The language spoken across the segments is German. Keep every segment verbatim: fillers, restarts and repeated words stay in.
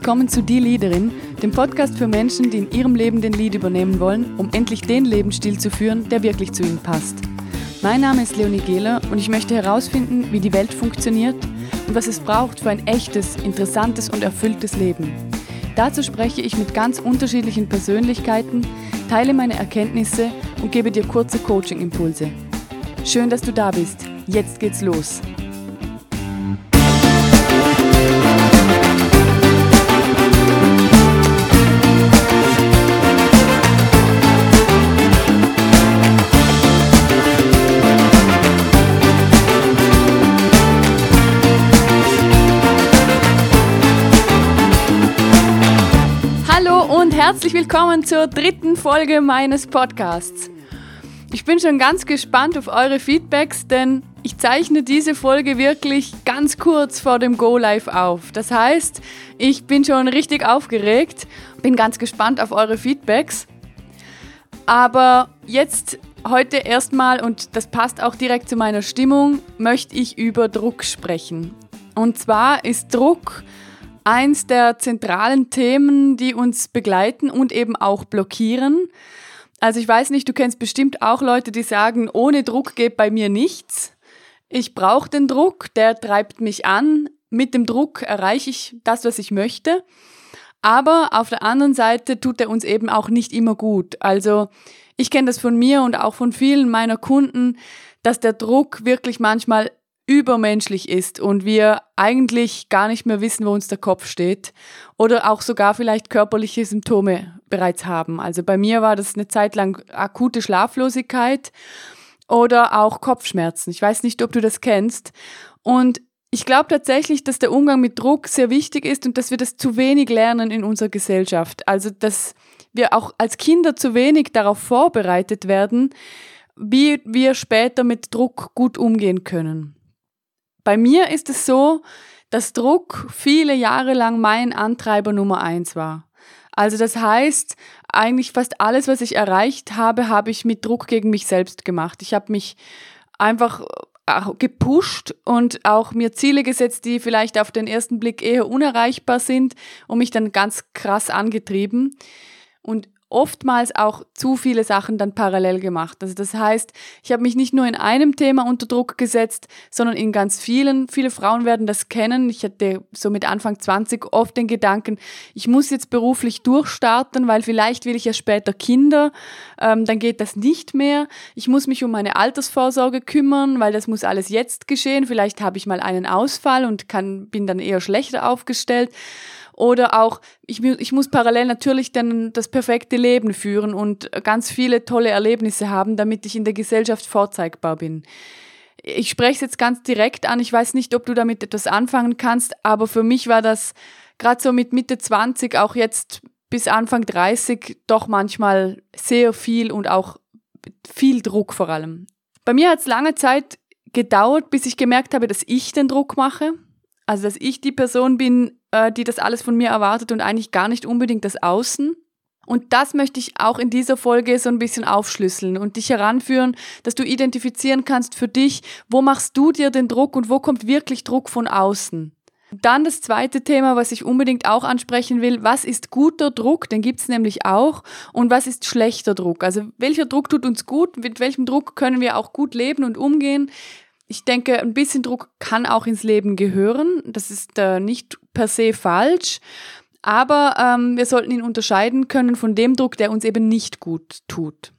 willkommen zu Die Leaderin, dem Podcast für Menschen, die in ihrem Leben den Lead übernehmen wollen, um endlich den Lebensstil zu führen, der wirklich zu ihnen passt. Mein Name ist Leonie Gehler und ich möchte herausfinden, wie die Welt funktioniert und was es braucht für ein echtes, interessantes und erfülltes Leben. Dazu spreche ich mit ganz unterschiedlichen Persönlichkeiten, teile meine Erkenntnisse und gebe dir kurze Coaching-Impulse. Schön, dass du da bist. Jetzt geht's los. Und herzlich willkommen zur dritten Folge meines Podcasts. Ich bin schon ganz gespannt auf eure Feedbacks, denn ich zeichne diese Folge wirklich ganz kurz vor dem Go-Live auf. Das heißt, ich bin schon richtig aufgeregt, bin ganz gespannt auf eure Feedbacks. Aber jetzt, heute erstmal, und das passt auch direkt zu meiner Stimmung, möchte ich über Druck sprechen. Und zwar ist Druck eins der zentralen Themen, die uns begleiten und eben auch blockieren. Also ich weiß nicht, du kennst bestimmt auch Leute, die sagen, ohne Druck geht bei mir nichts. Ich brauche den Druck, der treibt mich an. Mit dem Druck erreiche ich das, was ich möchte. Aber auf der anderen Seite tut er uns eben auch nicht immer gut. Also ich kenne das von mir und auch von vielen meiner Kunden, dass der Druck wirklich manchmal übermenschlich ist und wir eigentlich gar nicht mehr wissen, wo uns der Kopf steht oder auch sogar vielleicht körperliche Symptome bereits haben. Also bei mir war das eine Zeit lang akute Schlaflosigkeit oder auch Kopfschmerzen. Ich weiß nicht, ob du das kennst. Und ich glaube tatsächlich, dass der Umgang mit Druck sehr wichtig ist und dass wir das zu wenig lernen in unserer Gesellschaft. Also dass wir auch als Kinder zu wenig darauf vorbereitet werden, wie wir später mit Druck gut umgehen können. Bei mir ist es so, dass Druck viele Jahre lang mein Antreiber Nummer eins war. Also das heißt, eigentlich fast alles, was ich erreicht habe, habe ich mit Druck gegen mich selbst gemacht. Ich habe mich einfach gepusht und auch mir Ziele gesetzt, die vielleicht auf den ersten Blick eher unerreichbar sind und mich dann ganz krass angetrieben. Und oftmals auch zu viele Sachen dann parallel gemacht. Also das heißt, ich habe mich nicht nur in einem Thema unter Druck gesetzt, sondern in ganz vielen. Viele Frauen werden das kennen. Ich hatte so mit Anfang zwanzig oft den Gedanken, ich muss jetzt beruflich durchstarten, weil vielleicht will ich ja später Kinder, ähm, dann geht das nicht mehr. Ich muss mich um meine Altersvorsorge kümmern, weil das muss alles jetzt geschehen. Vielleicht habe ich mal einen Ausfall und kann, bin dann eher schlechter aufgestellt. Oder auch, ich, ich muss parallel natürlich dann das perfekte Leben führen und ganz viele tolle Erlebnisse haben, damit ich in der Gesellschaft vorzeigbar bin. Ich spreche es jetzt ganz direkt an, ich weiß nicht, ob du damit etwas anfangen kannst, aber für mich war das gerade so mit Mitte zwanzig, auch jetzt bis Anfang dreißig, doch manchmal sehr viel und auch viel Druck vor allem. Bei mir hat es lange Zeit gedauert, bis ich gemerkt habe, dass ich den Druck mache. Also, dass ich die Person bin, die das alles von mir erwartet und eigentlich gar nicht unbedingt das Außen. Und das möchte ich auch in dieser Folge so ein bisschen aufschlüsseln und dich heranführen, dass du identifizieren kannst für dich, wo machst du dir den Druck und wo kommt wirklich Druck von außen. Dann das zweite Thema, was ich unbedingt auch ansprechen will, was ist guter Druck, den gibt's nämlich auch, und was ist schlechter Druck. Also welcher Druck tut uns gut, mit welchem Druck können wir auch gut leben und umgehen. Ich denke, ein bisschen Druck kann auch ins Leben gehören. Das ist äh, nicht per se falsch. Aber ähm, wir sollten ihn unterscheiden können von dem Druck, der uns eben nicht gut tut.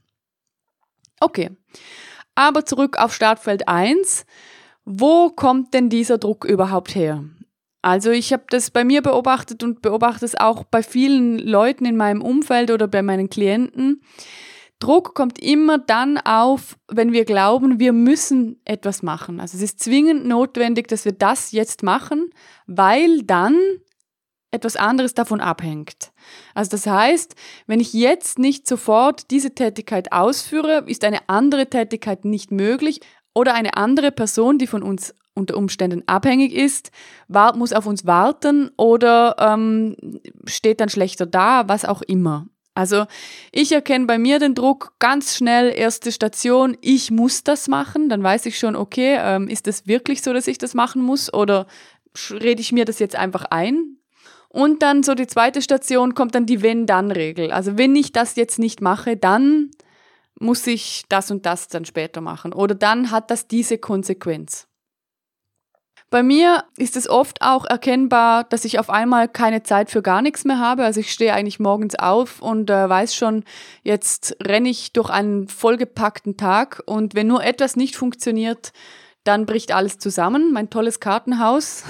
Okay, aber zurück auf Startfeld eins. Wo kommt denn dieser Druck überhaupt her? Also ich habe das bei mir beobachtet und beobachte es auch bei vielen Leuten in meinem Umfeld oder bei meinen Klienten. Druck kommt immer dann auf, wenn wir glauben, wir müssen etwas machen. Also es ist zwingend notwendig, dass wir das jetzt machen, weil dann etwas anderes davon abhängt. Also das heißt, wenn ich jetzt nicht sofort diese Tätigkeit ausführe, ist eine andere Tätigkeit nicht möglich oder eine andere Person, die von uns unter Umständen abhängig ist, muss auf uns warten oder ähm, steht dann schlechter da, was auch immer. Also ich erkenne bei mir den Druck ganz schnell, erste Station, ich muss das machen, dann weiß ich schon, okay, ähm, ist es wirklich so, dass ich das machen muss oder rede ich mir das jetzt einfach ein? Und dann so die zweite Station kommt dann die Wenn-Dann-Regel. Also wenn ich das jetzt nicht mache, dann muss ich das und das dann später machen. Oder dann hat das diese Konsequenz. Bei mir ist es oft auch erkennbar, dass ich auf einmal keine Zeit für gar nichts mehr habe. Also ich stehe eigentlich morgens auf und äh, weiß schon, jetzt renne ich durch einen vollgepackten Tag. Und wenn nur etwas nicht funktioniert, dann bricht alles zusammen. Mein tolles Kartenhaus.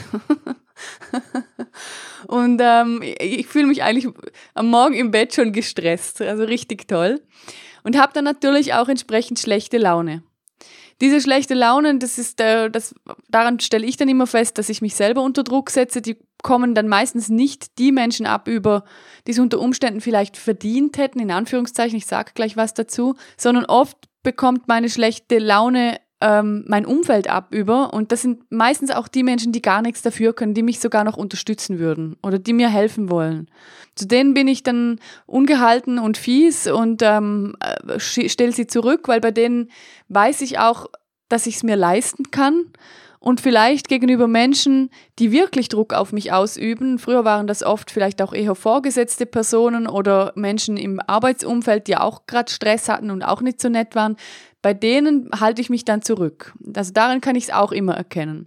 Und ähm, ich fühle mich eigentlich am Morgen im Bett schon gestresst, also richtig toll. Und habe dann natürlich auch entsprechend schlechte Laune. Diese schlechte Laune, das ist, äh, das, daran stelle ich dann immer fest, dass ich mich selber unter Druck setze. Die kommen dann meistens nicht die Menschen ab über, die es unter Umständen vielleicht verdient hätten, in Anführungszeichen, ich sage gleich was dazu, sondern oft bekommt meine schlechte Laune mein Umfeld ab über und das sind meistens auch die Menschen, die gar nichts dafür können, die mich sogar noch unterstützen würden oder die mir helfen wollen. Zu denen bin ich dann ungehalten und fies und ähm, stelle sie zurück, weil bei denen weiß ich auch, dass ich es mir leisten kann und vielleicht gegenüber Menschen, die wirklich Druck auf mich ausüben, früher waren das oft vielleicht auch eher vorgesetzte Personen oder Menschen im Arbeitsumfeld, die auch gerade Stress hatten und auch nicht so nett waren, bei denen halte ich mich dann zurück. Also daran kann ich es auch immer erkennen.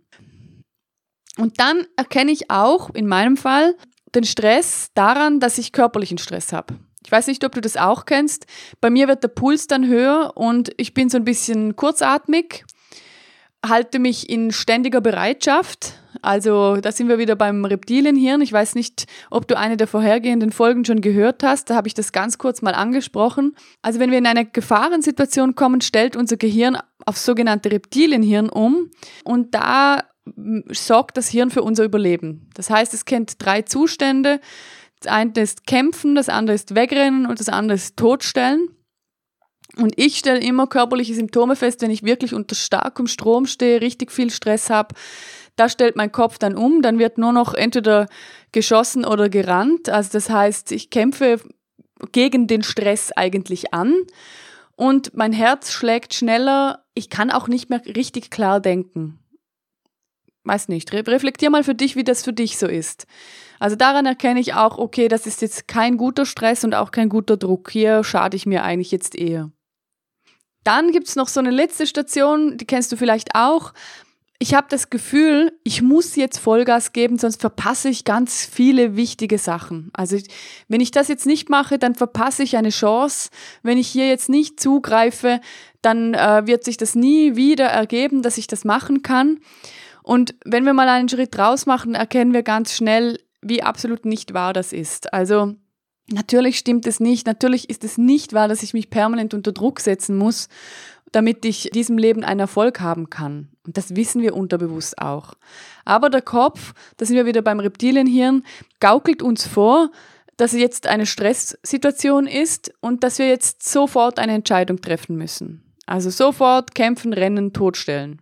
Und dann erkenne ich auch in meinem Fall den Stress daran, dass ich körperlichen Stress habe. Ich weiß nicht, ob du das auch kennst. Bei mir wird der Puls dann höher und ich bin so ein bisschen kurzatmig, halte mich in ständiger Bereitschaft. Also da sind wir wieder beim Reptilienhirn. Ich weiß nicht, ob du eine der vorhergehenden Folgen schon gehört hast. Da habe ich das ganz kurz mal angesprochen. Also wenn wir in eine Gefahrensituation kommen, stellt unser Gehirn aufs sogenannte Reptilienhirn um. Und da sorgt das Hirn für unser Überleben. Das heißt, es kennt drei Zustände. Das eine ist Kämpfen, das andere ist Wegrennen und das andere ist Totstellen. Und ich stelle immer körperliche Symptome fest, wenn ich wirklich unter starkem Strom stehe, richtig viel Stress habe. Da stellt mein Kopf dann um, dann wird nur noch entweder geschossen oder gerannt. Also das heißt, ich kämpfe gegen den Stress eigentlich an und mein Herz schlägt schneller. Ich kann auch nicht mehr richtig klar denken. Weiß nicht, reflektier mal für dich, wie das für dich so ist. Also daran erkenne ich auch, okay, das ist jetzt kein guter Stress und auch kein guter Druck. Hier schade ich mir eigentlich jetzt eher. Dann gibt's noch so eine letzte Station, die kennst du vielleicht auch. Ich habe das Gefühl, ich muss jetzt Vollgas geben, sonst verpasse ich ganz viele wichtige Sachen. Also ich, wenn ich das jetzt nicht mache, dann verpasse ich eine Chance. Wenn ich hier jetzt nicht zugreife, dann äh, wird sich das nie wieder ergeben, dass ich das machen kann. Und wenn wir mal einen Schritt raus machen, erkennen wir ganz schnell, wie absolut nicht wahr das ist. Also natürlich stimmt es nicht. Natürlich ist es nicht wahr, dass ich mich permanent unter Druck setzen muss, damit ich in diesem Leben einen Erfolg haben kann. Und das wissen wir unterbewusst auch. Aber der Kopf, da sind wir wieder beim Reptilienhirn, gaukelt uns vor, dass es jetzt eine Stresssituation ist und dass wir jetzt sofort eine Entscheidung treffen müssen. Also sofort kämpfen, rennen, totstellen.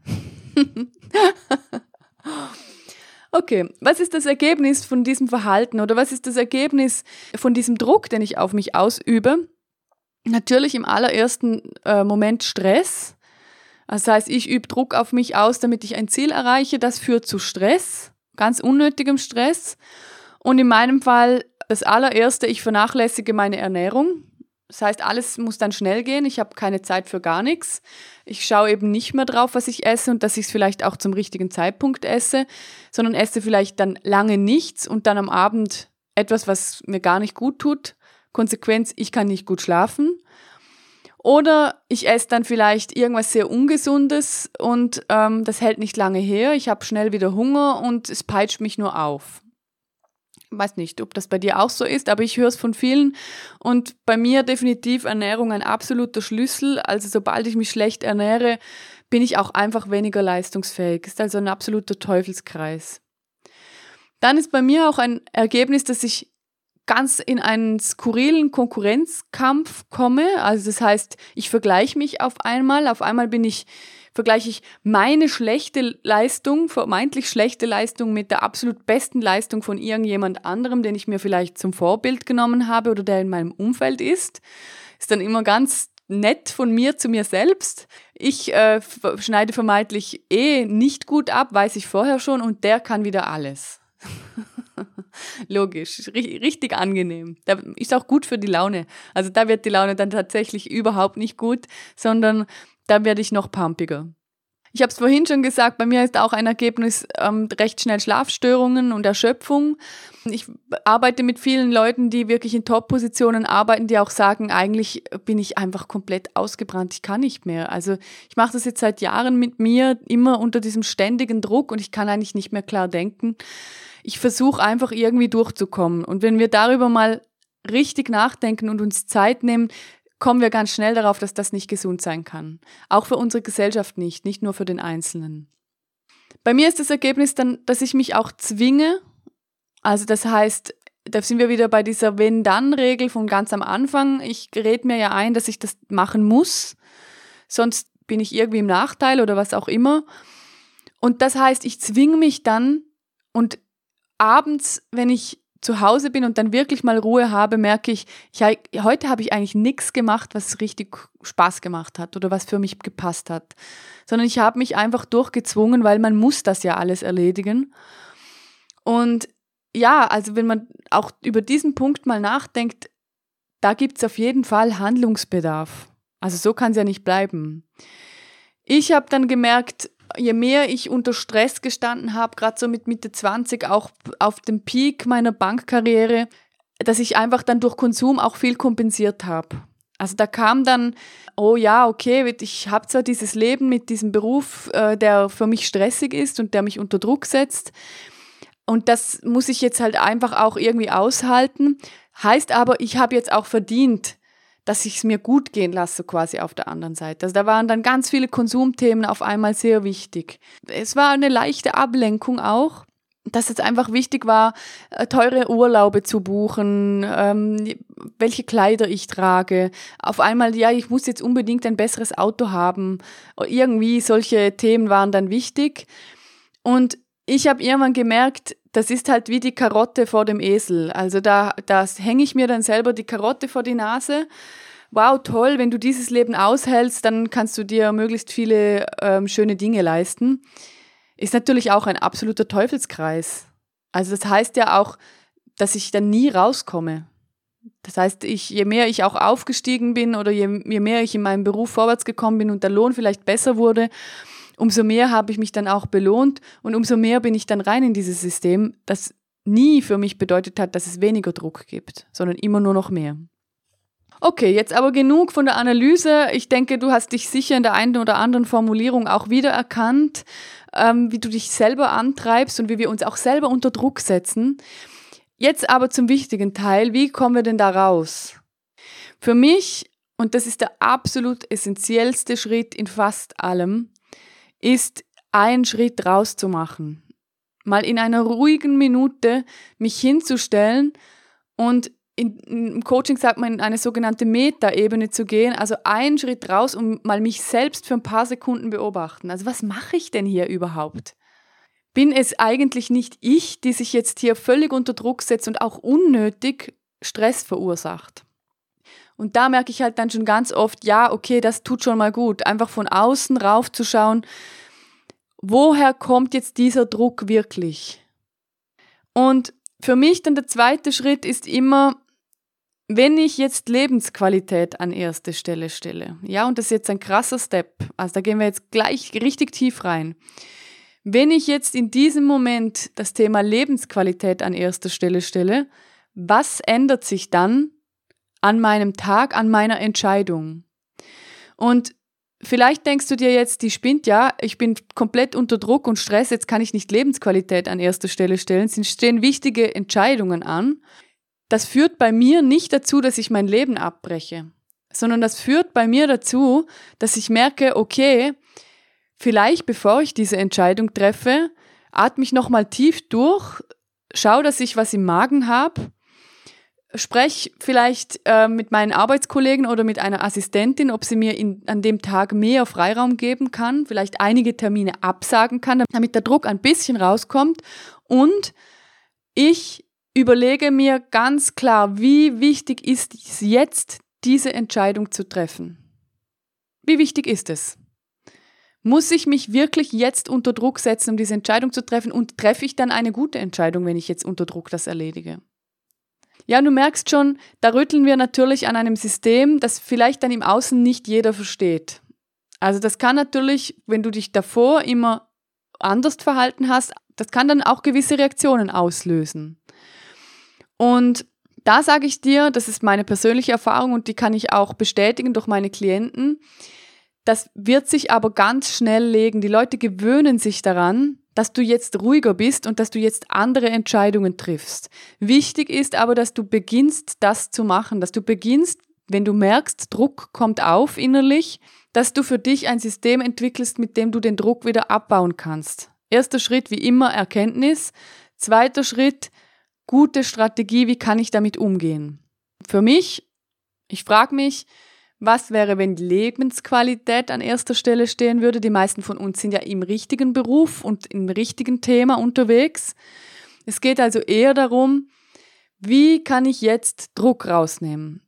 Okay, was ist das Ergebnis von diesem Verhalten oder was ist das Ergebnis von diesem Druck, den ich auf mich ausübe? Natürlich im allerersten äh, Moment Stress. Das heißt, ich übe Druck auf mich aus, damit ich ein Ziel erreiche. Das führt zu Stress, ganz unnötigem Stress. Und in meinem Fall das allererste, ich vernachlässige meine Ernährung. Das heißt, alles muss dann schnell gehen. Ich habe keine Zeit für gar nichts. Ich schaue eben nicht mehr drauf, was ich esse und dass ich es vielleicht auch zum richtigen Zeitpunkt esse, sondern esse vielleicht dann lange nichts und dann am Abend etwas, was mir gar nicht gut tut. Konsequenz, ich kann nicht gut schlafen. Oder ich esse dann vielleicht irgendwas sehr Ungesundes und ähm, das hält nicht lange her. Ich habe schnell wieder Hunger und es peitscht mich nur auf. Ich weiß nicht, ob das bei dir auch so ist, aber ich höre es von vielen und bei mir definitiv Ernährung ein absoluter Schlüssel. Also sobald ich mich schlecht ernähre, bin ich auch einfach weniger leistungsfähig. Ist also ein absoluter Teufelskreis. Dann ist bei mir auch ein Ergebnis, dass ich ganz in einen skurrilen Konkurrenzkampf komme. Also das heißt, ich vergleiche mich auf einmal. Auf einmal bin ich, vergleiche ich meine schlechte Leistung, vermeintlich schlechte Leistung mit der absolut besten Leistung von irgendjemand anderem, den ich mir vielleicht zum Vorbild genommen habe oder der in meinem Umfeld ist. Ist dann immer ganz nett von mir zu mir selbst. Ich äh, schneide vermeintlich eh nicht gut ab, weiß ich vorher schon und der kann wieder alles. Logisch, richtig angenehm. Da ist auch gut für die Laune. Also da wird die Laune dann tatsächlich überhaupt nicht gut, sondern da werde ich noch pumpiger. Ich habe es vorhin schon gesagt, bei mir ist auch ein Ergebnis ähm, recht schnell Schlafstörungen und Erschöpfung. Ich arbeite mit vielen Leuten, die wirklich in Top-Positionen arbeiten, die auch sagen, eigentlich bin ich einfach komplett ausgebrannt, ich kann nicht mehr. Also ich mache das jetzt seit Jahren mit mir, immer unter diesem ständigen Druck und ich kann eigentlich nicht mehr klar denken. Ich versuche einfach irgendwie durchzukommen. Und wenn wir darüber mal richtig nachdenken und uns Zeit nehmen, kommen wir ganz schnell darauf, dass das nicht gesund sein kann. Auch für unsere Gesellschaft nicht, nicht nur für den Einzelnen. Bei mir ist das Ergebnis dann, dass ich mich auch zwinge. Also das heißt, da sind wir wieder bei dieser Wenn-Dann-Regel von ganz am Anfang. Ich rede mir ja ein, dass ich das machen muss, sonst bin ich irgendwie im Nachteil oder was auch immer. Und das heißt, ich zwinge mich dann und abends, wenn ich zu Hause bin und dann wirklich mal Ruhe habe, merke ich, ich heute habe ich eigentlich nichts gemacht, was richtig Spaß gemacht hat oder was für mich gepasst hat, sondern ich habe mich einfach durchgezwungen, weil man muss das ja alles erledigen. Und ja, also wenn man auch über diesen Punkt mal nachdenkt, da gibt es auf jeden Fall Handlungsbedarf. Also so kann es ja nicht bleiben. Ich habe dann gemerkt, je mehr ich unter Stress gestanden habe, gerade so mit Mitte zwanzig, auch auf dem Peak meiner Bankkarriere, dass ich einfach dann durch Konsum auch viel kompensiert habe. Also da kam dann, oh ja, okay, ich habe zwar dieses Leben mit diesem Beruf, äh, der für mich stressig ist und der mich unter Druck setzt, und das muss ich jetzt halt einfach auch irgendwie aushalten. Heißt aber, ich habe jetzt auch verdient, dass ich es mir gut gehen lasse, quasi auf der anderen Seite. Also da waren dann ganz viele Konsumthemen auf einmal sehr wichtig. Es war eine leichte Ablenkung auch, dass es einfach wichtig war, teure Urlaube zu buchen, ähm, welche Kleider ich trage. Auf einmal, ja, ich muss jetzt unbedingt ein besseres Auto haben. Irgendwie solche Themen waren dann wichtig. Und ich habe irgendwann gemerkt, das ist halt wie die Karotte vor dem Esel. Also da, da hänge ich mir dann selber die Karotte vor die Nase. Wow, toll, wenn du dieses Leben aushältst, dann kannst du dir möglichst viele ähm, schöne Dinge leisten. Ist natürlich auch ein absoluter Teufelskreis. Also das heißt ja auch, dass ich dann nie rauskomme. Das heißt, ich, je mehr ich auch aufgestiegen bin oder je, je mehr ich in meinem Beruf vorwärts gekommen bin und der Lohn vielleicht besser wurde, umso mehr habe ich mich dann auch belohnt und umso mehr bin ich dann rein in dieses System, das nie für mich bedeutet hat, dass es weniger Druck gibt, sondern immer nur noch mehr. Okay, jetzt aber genug von der Analyse. Ich denke, du hast dich sicher in der einen oder anderen Formulierung auch wiedererkannt, ähm, wie du dich selber antreibst und wie wir uns auch selber unter Druck setzen. Jetzt aber zum wichtigen Teil, wie kommen wir denn da raus? Für mich, und das ist der absolut essentiellste Schritt in fast allem, ist, einen Schritt rauszumachen. Mal in einer ruhigen Minute mich hinzustellen und in, im Coaching sagt man, in eine sogenannte Meta-Ebene zu gehen, also einen Schritt raus und mal mich selbst für ein paar Sekunden beobachten. Also was mache ich denn hier überhaupt? Bin es eigentlich nicht ich, die sich jetzt hier völlig unter Druck setzt und auch unnötig Stress verursacht? Und da merke ich halt dann schon ganz oft, ja, okay, das tut schon mal gut, einfach von außen raufzuschauen, woher kommt jetzt dieser Druck wirklich? Und für mich dann der zweite Schritt ist immer, wenn ich jetzt Lebensqualität an erste Stelle stelle, ja, und das ist jetzt ein krasser Step, also da gehen wir jetzt gleich richtig tief rein. Wenn ich jetzt in diesem Moment das Thema Lebensqualität an erster Stelle stelle, was ändert sich dann an meinem Tag, an meiner Entscheidung? Und vielleicht denkst du dir jetzt, die spinnt ja, ich bin komplett unter Druck und Stress, jetzt kann ich nicht Lebensqualität an erster Stelle stellen, es stehen wichtige Entscheidungen an. Das führt bei mir nicht dazu, dass ich mein Leben abbreche, sondern das führt bei mir dazu, dass ich merke, okay, vielleicht bevor ich diese Entscheidung treffe, atme ich nochmal tief durch, schaue, dass ich was im Magen habe, spreche vielleicht äh, mit meinen Arbeitskollegen oder mit einer Assistentin, ob sie mir in, an dem Tag mehr Freiraum geben kann, vielleicht einige Termine absagen kann, damit der Druck ein bisschen rauskommt. Und ich überlege mir ganz klar, wie wichtig ist es jetzt, diese Entscheidung zu treffen. Wie wichtig ist es? Muss ich mich wirklich jetzt unter Druck setzen, um diese Entscheidung zu treffen? Und treffe ich dann eine gute Entscheidung, wenn ich jetzt unter Druck das erledige? Ja, du merkst schon, da rütteln wir natürlich an einem System, das vielleicht dann im Außen nicht jeder versteht. Also das kann natürlich, wenn du dich davor immer anders verhalten hast, das kann dann auch gewisse Reaktionen auslösen. Und da sage ich dir, das ist meine persönliche Erfahrung und die kann ich auch bestätigen durch meine Klienten, das wird sich aber ganz schnell legen. Die Leute gewöhnen sich daran, dass du jetzt ruhiger bist und dass du jetzt andere Entscheidungen triffst. Wichtig ist aber, dass du beginnst, das zu machen, dass du beginnst, wenn du merkst, Druck kommt auf innerlich, dass du für dich ein System entwickelst, mit dem du den Druck wieder abbauen kannst. Erster Schritt wie immer Erkenntnis. Zweiter Schritt, gute Strategie, wie kann ich damit umgehen? Für mich, ich frage mich, was wäre, wenn die Lebensqualität an erster Stelle stehen würde? Die meisten von uns sind ja im richtigen Beruf und im richtigen Thema unterwegs. Es geht also eher darum, wie kann ich jetzt Druck rausnehmen?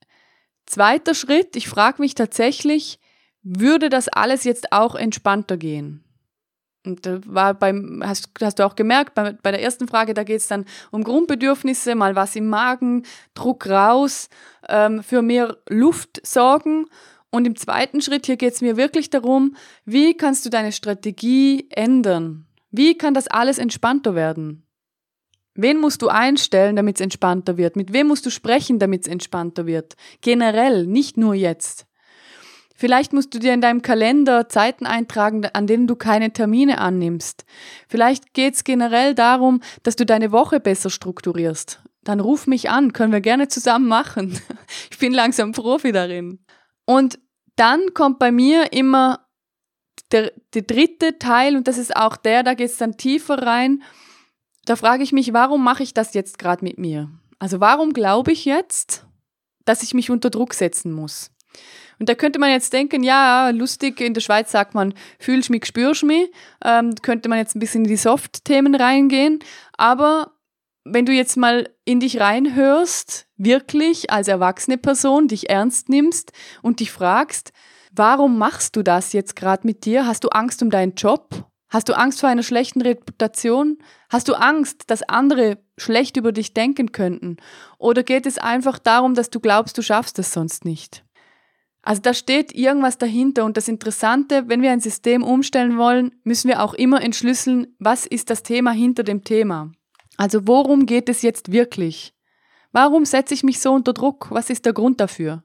Zweiter Schritt, ich frage mich tatsächlich, würde das alles jetzt auch entspannter gehen? Und da war beim, hast, hast du auch gemerkt, bei, bei der ersten Frage, da geht es dann um Grundbedürfnisse, mal was im Magen, Druck raus, ähm, für mehr Luft sorgen. Und im zweiten Schritt, hier geht es mir wirklich darum, wie kannst du deine Strategie ändern? Wie kann das alles entspannter werden? Wen musst du einstellen, damit es entspannter wird? Mit wem musst du sprechen, damit es entspannter wird? Generell, nicht nur jetzt. Vielleicht musst du dir in deinem Kalender Zeiten eintragen, an denen du keine Termine annimmst. Vielleicht geht es generell darum, dass du deine Woche besser strukturierst. Dann ruf mich an, können wir gerne zusammen machen. Ich bin langsam Profi darin. Und dann kommt bei mir immer der, der dritte Teil, und das ist auch der, da geht es dann tiefer rein. Da frage ich mich, warum mache ich das jetzt gerade mit mir? Also warum glaube ich jetzt, dass ich mich unter Druck setzen muss? Und da könnte man jetzt denken, ja, lustig, in der Schweiz sagt man, fühlst mich, spürst mich. Ähm, könnte man jetzt ein bisschen in die Soft-Themen reingehen. Aber wenn du jetzt mal in dich reinhörst, wirklich als erwachsene Person, dich ernst nimmst und dich fragst, warum machst du das jetzt gerade mit dir? Hast du Angst um deinen Job? Hast du Angst vor einer schlechten Reputation? Hast du Angst, dass andere schlecht über dich denken könnten? Oder geht es einfach darum, dass du glaubst, du schaffst es sonst nicht? Also da steht irgendwas dahinter, und das Interessante, wenn wir ein System umstellen wollen, müssen wir auch immer entschlüsseln, was ist das Thema hinter dem Thema. Also worum geht es jetzt wirklich? Warum setze ich mich so unter Druck? Was ist der Grund dafür?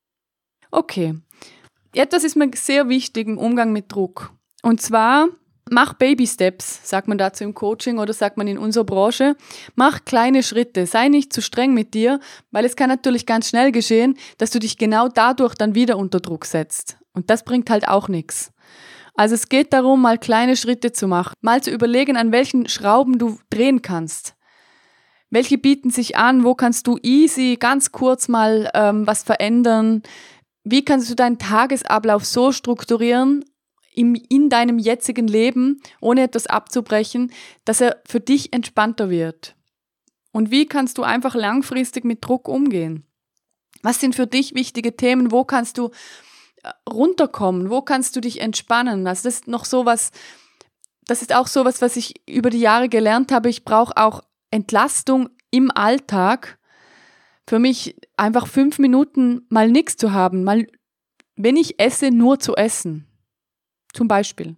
Okay, etwas ist mir sehr wichtig im Umgang mit Druck. Und zwar, mach Baby Steps, sagt man dazu im Coaching oder sagt man in unserer Branche. Mach kleine Schritte, sei nicht zu streng mit dir, weil es kann natürlich ganz schnell geschehen, dass du dich genau dadurch dann wieder unter Druck setzt. Und das bringt halt auch nichts. Also es geht darum, mal kleine Schritte zu machen, mal zu überlegen, an welchen Schrauben du drehen kannst. Welche bieten sich an, wo kannst du easy, ganz kurz mal ähm, was verändern? Wie kannst du deinen Tagesablauf so strukturieren, Im, in deinem jetzigen Leben, ohne etwas abzubrechen, dass er für dich entspannter wird? Und wie kannst du einfach langfristig mit Druck umgehen? Was sind für dich wichtige Themen? Wo kannst du runterkommen? Wo kannst du dich entspannen? Also das ist noch sowas, das ist auch sowas, was ich über die Jahre gelernt habe. Ich brauche auch Entlastung im Alltag. Für mich einfach fünf Minuten mal nichts zu haben, mal, wenn ich esse, nur zu essen. Zum Beispiel.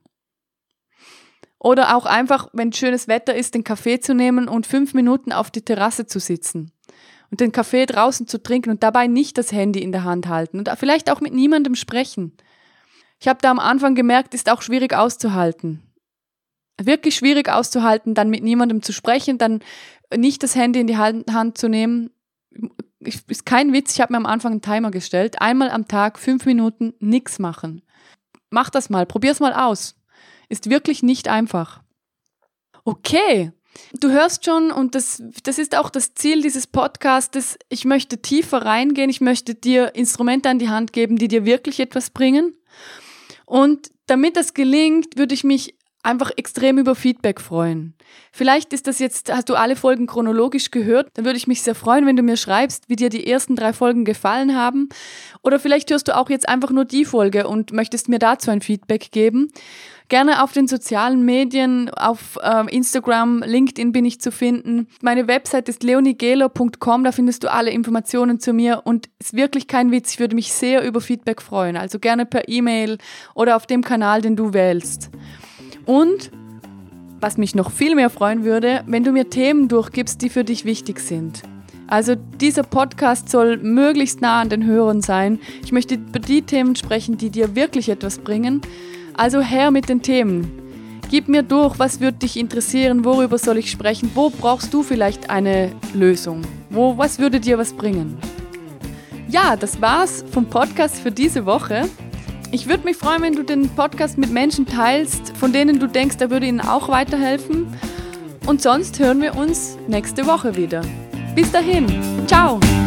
Oder auch einfach, wenn schönes Wetter ist, den Kaffee zu nehmen und fünf Minuten auf die Terrasse zu sitzen und den Kaffee draußen zu trinken und dabei nicht das Handy in der Hand halten und vielleicht auch mit niemandem sprechen. Ich habe da am Anfang gemerkt, ist auch schwierig auszuhalten. Wirklich schwierig auszuhalten, dann mit niemandem zu sprechen, dann nicht das Handy in die Hand zu nehmen. Ist kein Witz, ich habe mir am Anfang einen Timer gestellt. Einmal am Tag, fünf Minuten, nichts machen. Mach das mal, probier's mal aus. Ist wirklich nicht einfach. Okay, du hörst schon, und das, das ist auch das Ziel dieses Podcastes, ich möchte tiefer reingehen, ich möchte dir Instrumente an die Hand geben, die dir wirklich etwas bringen. Und damit das gelingt, würde ich mich einfach extrem über Feedback freuen. Vielleicht ist das jetzt, hast du alle Folgen chronologisch gehört, dann würde ich mich sehr freuen, wenn du mir schreibst, wie dir die ersten drei Folgen gefallen haben. Oder vielleicht hörst du auch jetzt einfach nur die Folge und möchtest mir dazu ein Feedback geben. Gerne auf den sozialen Medien, auf äh, Instagram, LinkedIn bin ich zu finden. Meine Website ist leonie gehler punkt com, da findest du alle Informationen zu mir und ist wirklich kein Witz, ich würde mich sehr über Feedback freuen. Also gerne per E-Mail oder auf dem Kanal, den du wählst. Und was mich noch viel mehr freuen würde, wenn du mir Themen durchgibst, die für dich wichtig sind. Also dieser Podcast soll möglichst nah an den Hörern sein. Ich möchte über die Themen sprechen, die dir wirklich etwas bringen. Also her mit den Themen. Gib mir durch, was würde dich interessieren, worüber soll ich sprechen, wo brauchst du vielleicht eine Lösung, wo, was würde dir was bringen. Ja, das war's vom Podcast für diese Woche. Ich würde mich freuen, wenn du den Podcast mit Menschen teilst, von denen du denkst, er würde ihnen auch weiterhelfen. Und sonst hören wir uns nächste Woche wieder. Bis dahin, ciao!